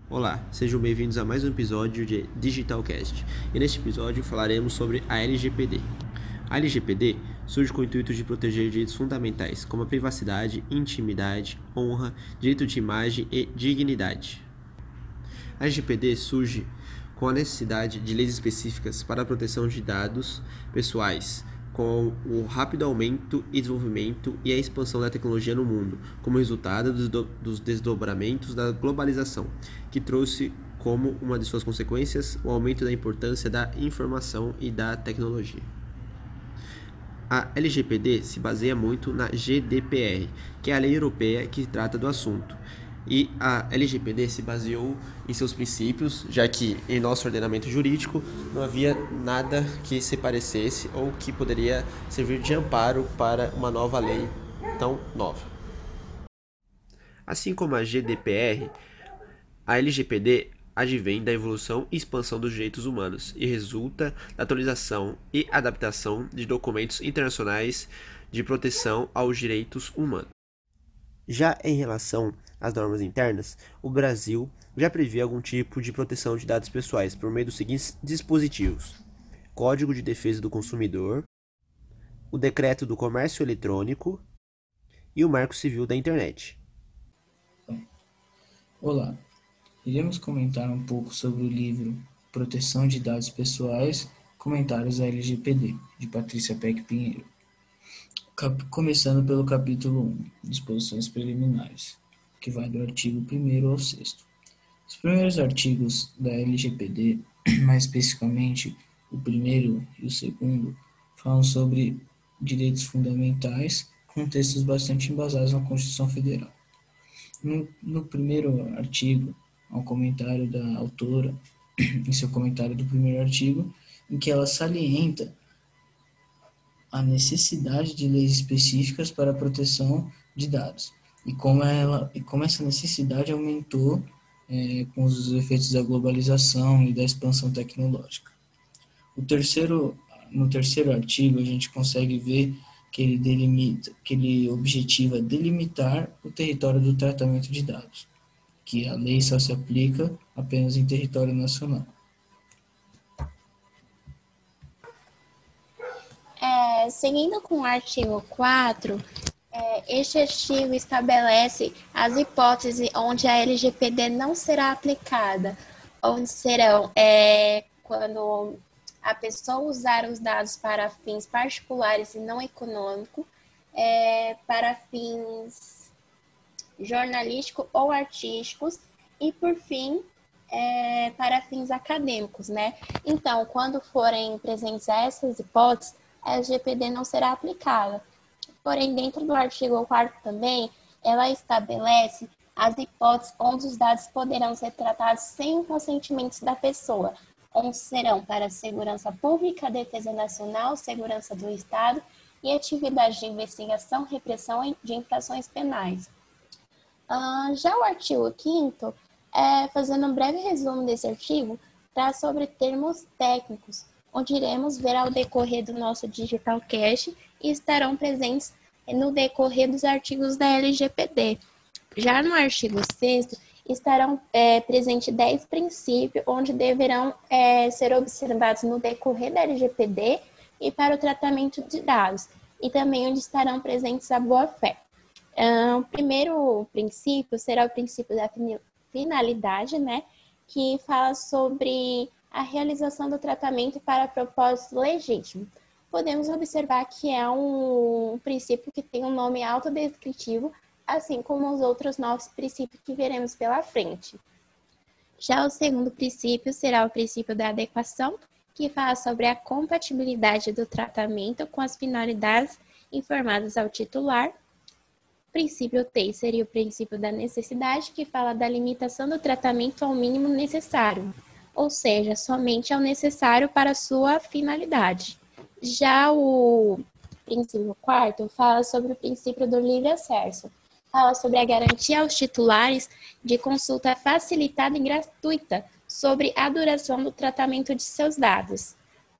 Olá, sejam bem-vindos a mais um episódio de Digitalcast. E neste episódio falaremos sobre a LGPD. A LGPD surge com o intuito de proteger direitos fundamentais, como a privacidade, intimidade, honra, direito de imagem e dignidade. A LGPD surge com a necessidade de leis específicas para a proteção de dados pessoais, com o rápido aumento e desenvolvimento e a expansão da tecnologia no mundo, como resultado dos desdobramentos da globalização, que trouxe como uma de suas consequências o aumento da importância da informação e da tecnologia. A LGPD se baseia muito na GDPR, que é a lei europeia que trata do assunto. E a LGPD se baseou em seus princípios, já que em nosso ordenamento jurídico não havia nada que se parecesse ou que poderia servir de amparo para uma nova lei tão nova. Assim como a GDPR, a LGPD advém da evolução e expansão dos direitos humanos e resulta da atualização e adaptação de documentos internacionais de proteção aos direitos humanos. Já em relação às normas internas, o Brasil já prevê algum tipo de proteção de dados pessoais por meio dos seguintes dispositivos: Código de Defesa do Consumidor, o Decreto do Comércio Eletrônico e o Marco Civil da Internet. Olá, iremos comentar um pouco sobre o livro Proteção de Dados Pessoais, Comentários da LGPD, de Patrícia Peck Pinheiro. Começando pelo capítulo 1, Disposições Preliminares, que vai do artigo 1º ao 6º. Os primeiros artigos da LGPD, mais especificamente o primeiro e o segundo, falam sobre direitos fundamentais, com textos bastante embasados na Constituição Federal. No primeiro artigo, há um comentário da autora, em seu comentário do primeiro artigo, em que ela salienta a necessidade de leis específicas para a proteção de dados e como essa necessidade aumentou com os efeitos da globalização e da expansão tecnológica. No terceiro artigo, a gente consegue ver que ele objetiva delimitar o território do tratamento de dados, que a lei só se aplica apenas em território nacional. Seguindo com o artigo 4, este artigo estabelece as hipóteses onde a LGPD não será aplicada, onde serão quando a pessoa usar os dados para fins particulares e não econômicos, para fins jornalísticos ou artísticos e, por fim, para fins acadêmicos, né? Então, quando forem presentes essas hipóteses, a LGPD não será aplicada. Porém, dentro do artigo 4º também, ela estabelece as hipóteses onde os dados poderão ser tratados sem o consentimento da pessoa, onde serão para segurança pública, defesa nacional, segurança do Estado e atividades de investigação, repressão de infrações penais. Já o artigo 5º, fazendo um breve resumo desse artigo, traz sobre termos técnicos, onde iremos ver ao decorrer do nosso Digitalcast e estarão presentes no decorrer dos artigos da LGPD. Já no artigo 6º, estarão presentes 10 princípios, onde deverão ser observados no decorrer da LGPD e para o tratamento de dados, e também onde estarão presentes a boa-fé. O primeiro princípio será o princípio da finalidade, né, que fala sobre a realização do tratamento para propósito legítimo. Podemos observar que é um princípio que tem um nome autodescritivo, assim como os outros 9 princípios que veremos pela frente. Já o segundo princípio será o princípio da adequação, que fala sobre a compatibilidade do tratamento com as finalidades informadas ao titular. O princípio 3 seria o princípio da necessidade, que fala da limitação do tratamento ao mínimo necessário, ou seja, somente ao necessário para a sua finalidade. Já o princípio 4º fala sobre o princípio do livre acesso, fala sobre a garantia aos titulares de consulta facilitada e gratuita sobre a duração do tratamento de seus dados.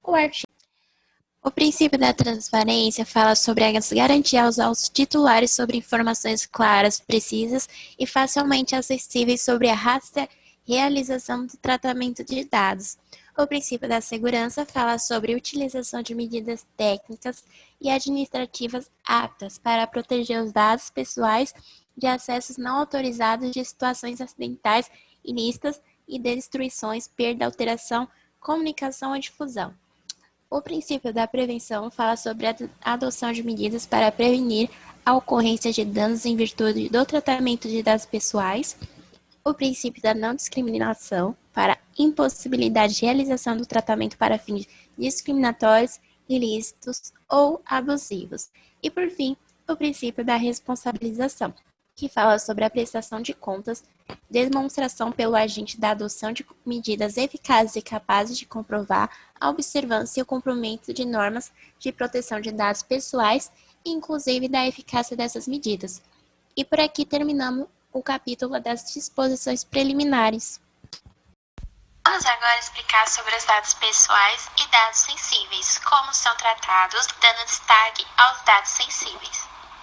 O princípio da transparência fala sobre as garantias aos titulares sobre informações claras, precisas e facilmente acessíveis sobre a realização do tratamento de dados. O princípio da segurança fala sobre a utilização de medidas técnicas e administrativas aptas para proteger os dados pessoais de acessos não autorizados de situações acidentais, ilícitas e destruições, perda, alteração, comunicação ou difusão. O princípio da prevenção fala sobre a adoção de medidas para prevenir a ocorrência de danos em virtude do tratamento de dados pessoais. O princípio da não discriminação para impossibilidade de realização do tratamento para fins discriminatórios, ilícitos ou abusivos. E, por fim, o princípio da responsabilização, que fala sobre a prestação de contas, demonstração pelo agente da adoção de medidas eficazes e capazes de comprovar a observância e o cumprimento de normas de proteção de dados pessoais, inclusive da eficácia dessas medidas. E por aqui terminamos o capítulo das disposições preliminares. Vamos agora explicar sobre os dados pessoais e dados sensíveis, como são tratados, dando destaque aos dados sensíveis.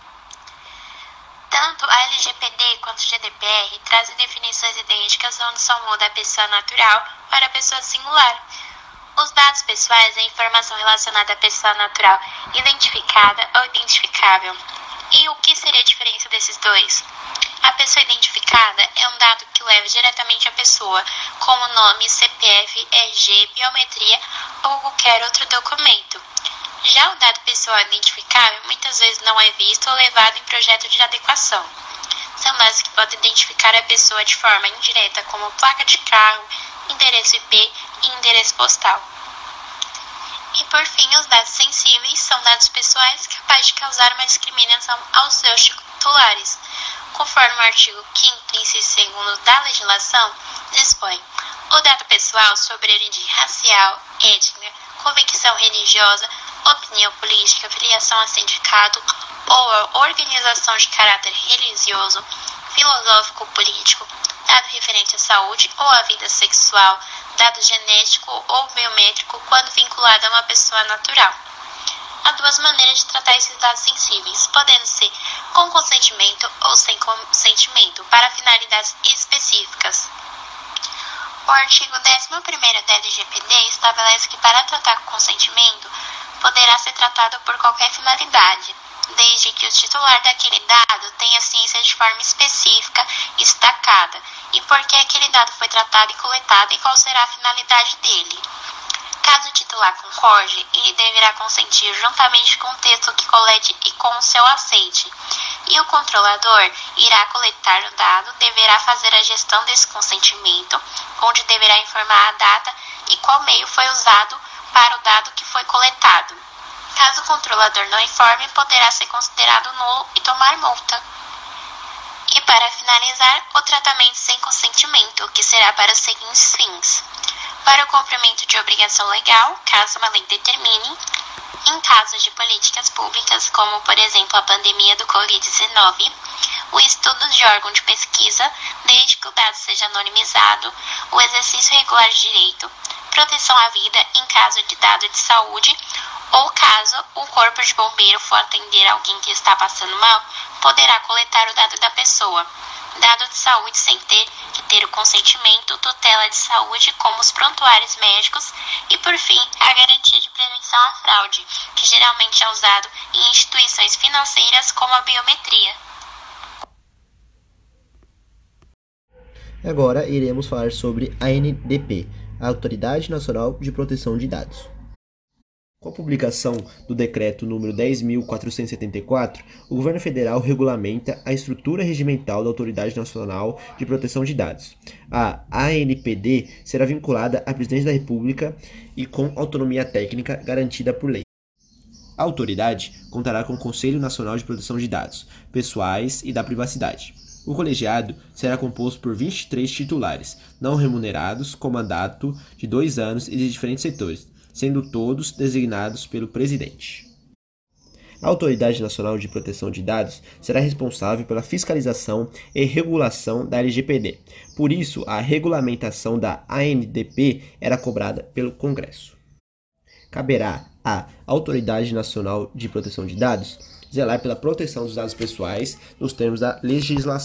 Tanto a LGPD quanto o GDPR trazem definições idênticas onde só muda a pessoa natural para a pessoa singular. Os dados pessoais é a informação relacionada à pessoa natural identificada ou identificável. E o que seria a diferença desses dois? A pessoa identificada é um dado que leva diretamente à pessoa, como nome, CPF, RG, biometria ou qualquer outro documento. Já o dado pessoal identificável muitas vezes não é visto ou levado em projeto de adequação. São dados que podem identificar a pessoa de forma indireta, como placa de carro, endereço IP e endereço postal. E por fim, os dados sensíveis são dados pessoais capazes de causar uma discriminação aos seus titulares. Conforme o artigo 5º, inciso 2º da legislação, dispõe: o dado pessoal sobre origem racial, étnica, convicção religiosa, opinião política, filiação a sindicato ou organização de caráter religioso, filosófico, político, dado referente à saúde ou à vida sexual, dado genético ou biométrico quando vinculado a uma pessoa natural. Há duas maneiras de tratar esses dados sensíveis, podendo ser com consentimento ou sem consentimento, para finalidades específicas. O artigo 11º da LGPD estabelece que para tratar com consentimento, poderá ser tratado por qualquer finalidade, desde que o titular daquele dado tenha ciência de forma específica e destacada, e por que aquele dado foi tratado e coletado e qual será a finalidade dele. Caso o titular concorde, ele deverá consentir juntamente com o texto que colete e com o seu aceite. E o controlador irá coletar o dado, deverá fazer a gestão desse consentimento, onde deverá informar a data e qual meio foi usado para o dado que foi coletado. Caso o controlador não informe, poderá ser considerado nulo e tomar multa. E para finalizar, o tratamento sem consentimento, que será para os seguintes fins: para o cumprimento de obrigação legal, caso uma lei determine, em casos de políticas públicas, como por exemplo a pandemia do Covid-19, o estudo de órgão de pesquisa, desde que o dado seja anonimizado, o exercício regular de direito, proteção à vida em caso de dado de saúde, ou caso o corpo de bombeiro for atender alguém que está passando mal, poderá coletar o dado da pessoa. Dado de saúde sem ter que ter o consentimento, tutela de saúde como os prontuários médicos e, por fim, a garantia de prevenção à fraude, que geralmente é usado em instituições financeiras como a biometria. Agora iremos falar sobre a ANDP, a Autoridade Nacional de Proteção de Dados. Com a publicação do Decreto número 10.474, o Governo Federal regulamenta a estrutura regimental da Autoridade Nacional de Proteção de Dados. A ANPD será vinculada à Presidência da República e com autonomia técnica garantida por lei. A autoridade contará com o Conselho Nacional de Proteção de Dados Pessoais e da Privacidade. O colegiado será composto por 23 titulares, não remunerados, com mandato de 2 anos e de diferentes setores, sendo todos designados pelo presidente. A Autoridade Nacional de Proteção de Dados será responsável pela fiscalização e regulação da LGPD. Por isso, a regulamentação da ANDP era cobrada pelo Congresso. Caberá à Autoridade Nacional de Proteção de Dados zelar pela proteção dos dados pessoais nos termos da legislação.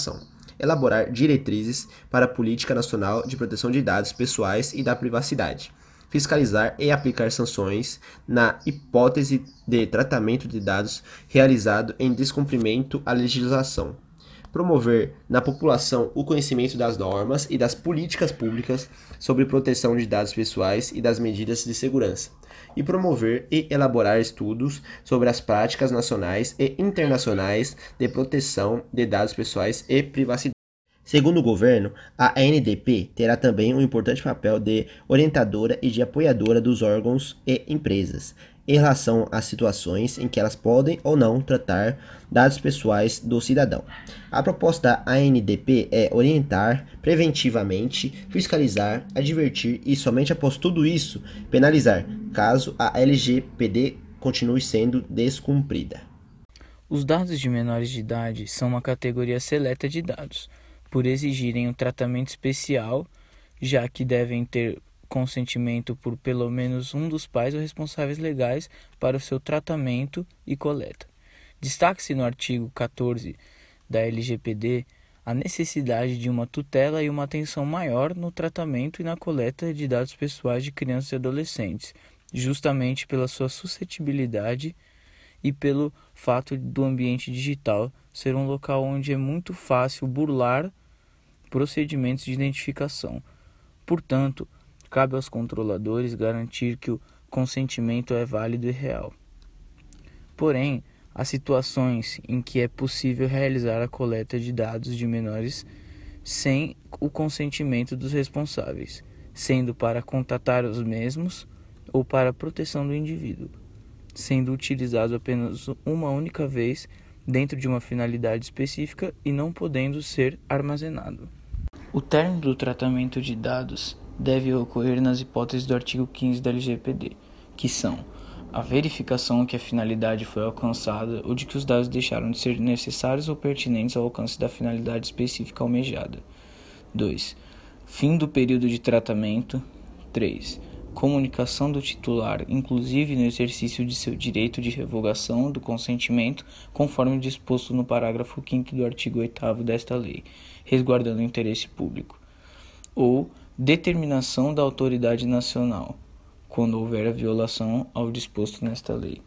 elaborar diretrizes para a Política Nacional de Proteção de Dados Pessoais e da Privacidade, fiscalizar e aplicar sanções na hipótese de tratamento de dados realizado em descumprimento à legislação, promover na população o conhecimento das normas e das políticas públicas sobre proteção de dados pessoais e das medidas de segurança, e promover e elaborar estudos sobre as práticas nacionais e internacionais de proteção de dados pessoais e privacidade. Segundo o governo, a ANDP terá também um importante papel de orientadora e de apoiadora dos órgãos e empresas, em relação às situações em que elas podem ou não tratar dados pessoais do cidadão. A proposta da ANDP é orientar preventivamente, fiscalizar, advertir e, somente após tudo isso, penalizar, caso a LGPD continue sendo descumprida. Os dados de menores de idade são uma categoria seleta de dados, por exigirem um tratamento especial, já que devem ter consentimento por pelo menos um dos pais ou responsáveis legais para o seu tratamento e coleta. Destaque-se no artigo 14 da LGPD a necessidade de uma tutela e uma atenção maior no tratamento e na coleta de dados pessoais de crianças e adolescentes, justamente pela sua suscetibilidade e pelo fato do ambiente digital ser um local onde é muito fácil burlar procedimentos de identificação. Portanto, cabe aos controladores garantir que o consentimento é válido e real. Porém, há situações em que é possível realizar a coleta de dados de menores sem o consentimento dos responsáveis, sendo para contatar os mesmos ou para a proteção do indivíduo, sendo utilizado apenas uma única vez dentro de uma finalidade específica e não podendo ser armazenado. O término do tratamento de dados deve ocorrer nas hipóteses do artigo 15 da LGPD, que são a verificação que a finalidade foi alcançada ou de que os dados deixaram de ser necessários ou pertinentes ao alcance da finalidade específica almejada. 2. Fim do período de tratamento. 3. Comunicação do titular, inclusive no exercício de seu direito de revogação do consentimento, conforme disposto no parágrafo 5º do artigo 8º desta lei, resguardando o interesse público. Ou determinação da autoridade nacional, quando houver a violação ao disposto nesta lei.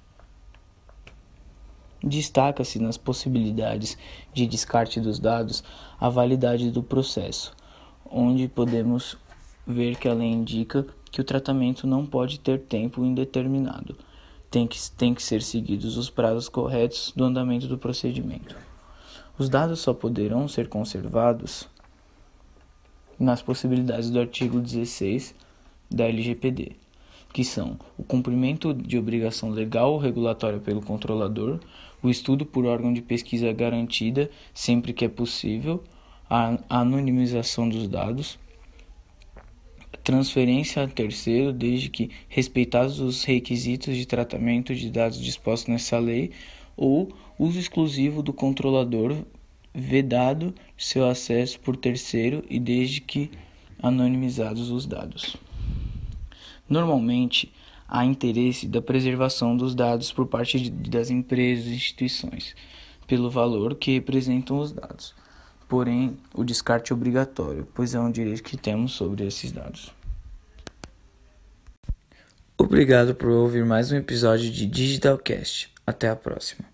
Destaca-se nas possibilidades de descarte dos dados a validade do processo, onde podemos ver que a lei indica que o tratamento não pode ter tempo indeterminado. Tem que ser seguidos os prazos corretos do andamento do procedimento. Os dados só poderão ser conservados nas possibilidades do artigo 16 da LGPD, que são o cumprimento de obrigação legal ou regulatória pelo controlador, o estudo por órgão de pesquisa garantida sempre que é possível, a anonimização dos dados, transferência a terceiro desde que respeitados os requisitos de tratamento de dados dispostos nessa lei, ou uso exclusivo do controlador, vedado seu acesso por terceiro e desde que anonimizados os dados. Normalmente, há interesse da preservação dos dados por parte das empresas e instituições, pelo valor que representam os dados. Porém, o descarte é obrigatório, pois é um direito que temos sobre esses dados. Obrigado por ouvir mais um episódio de Digitalcast. Até a próxima.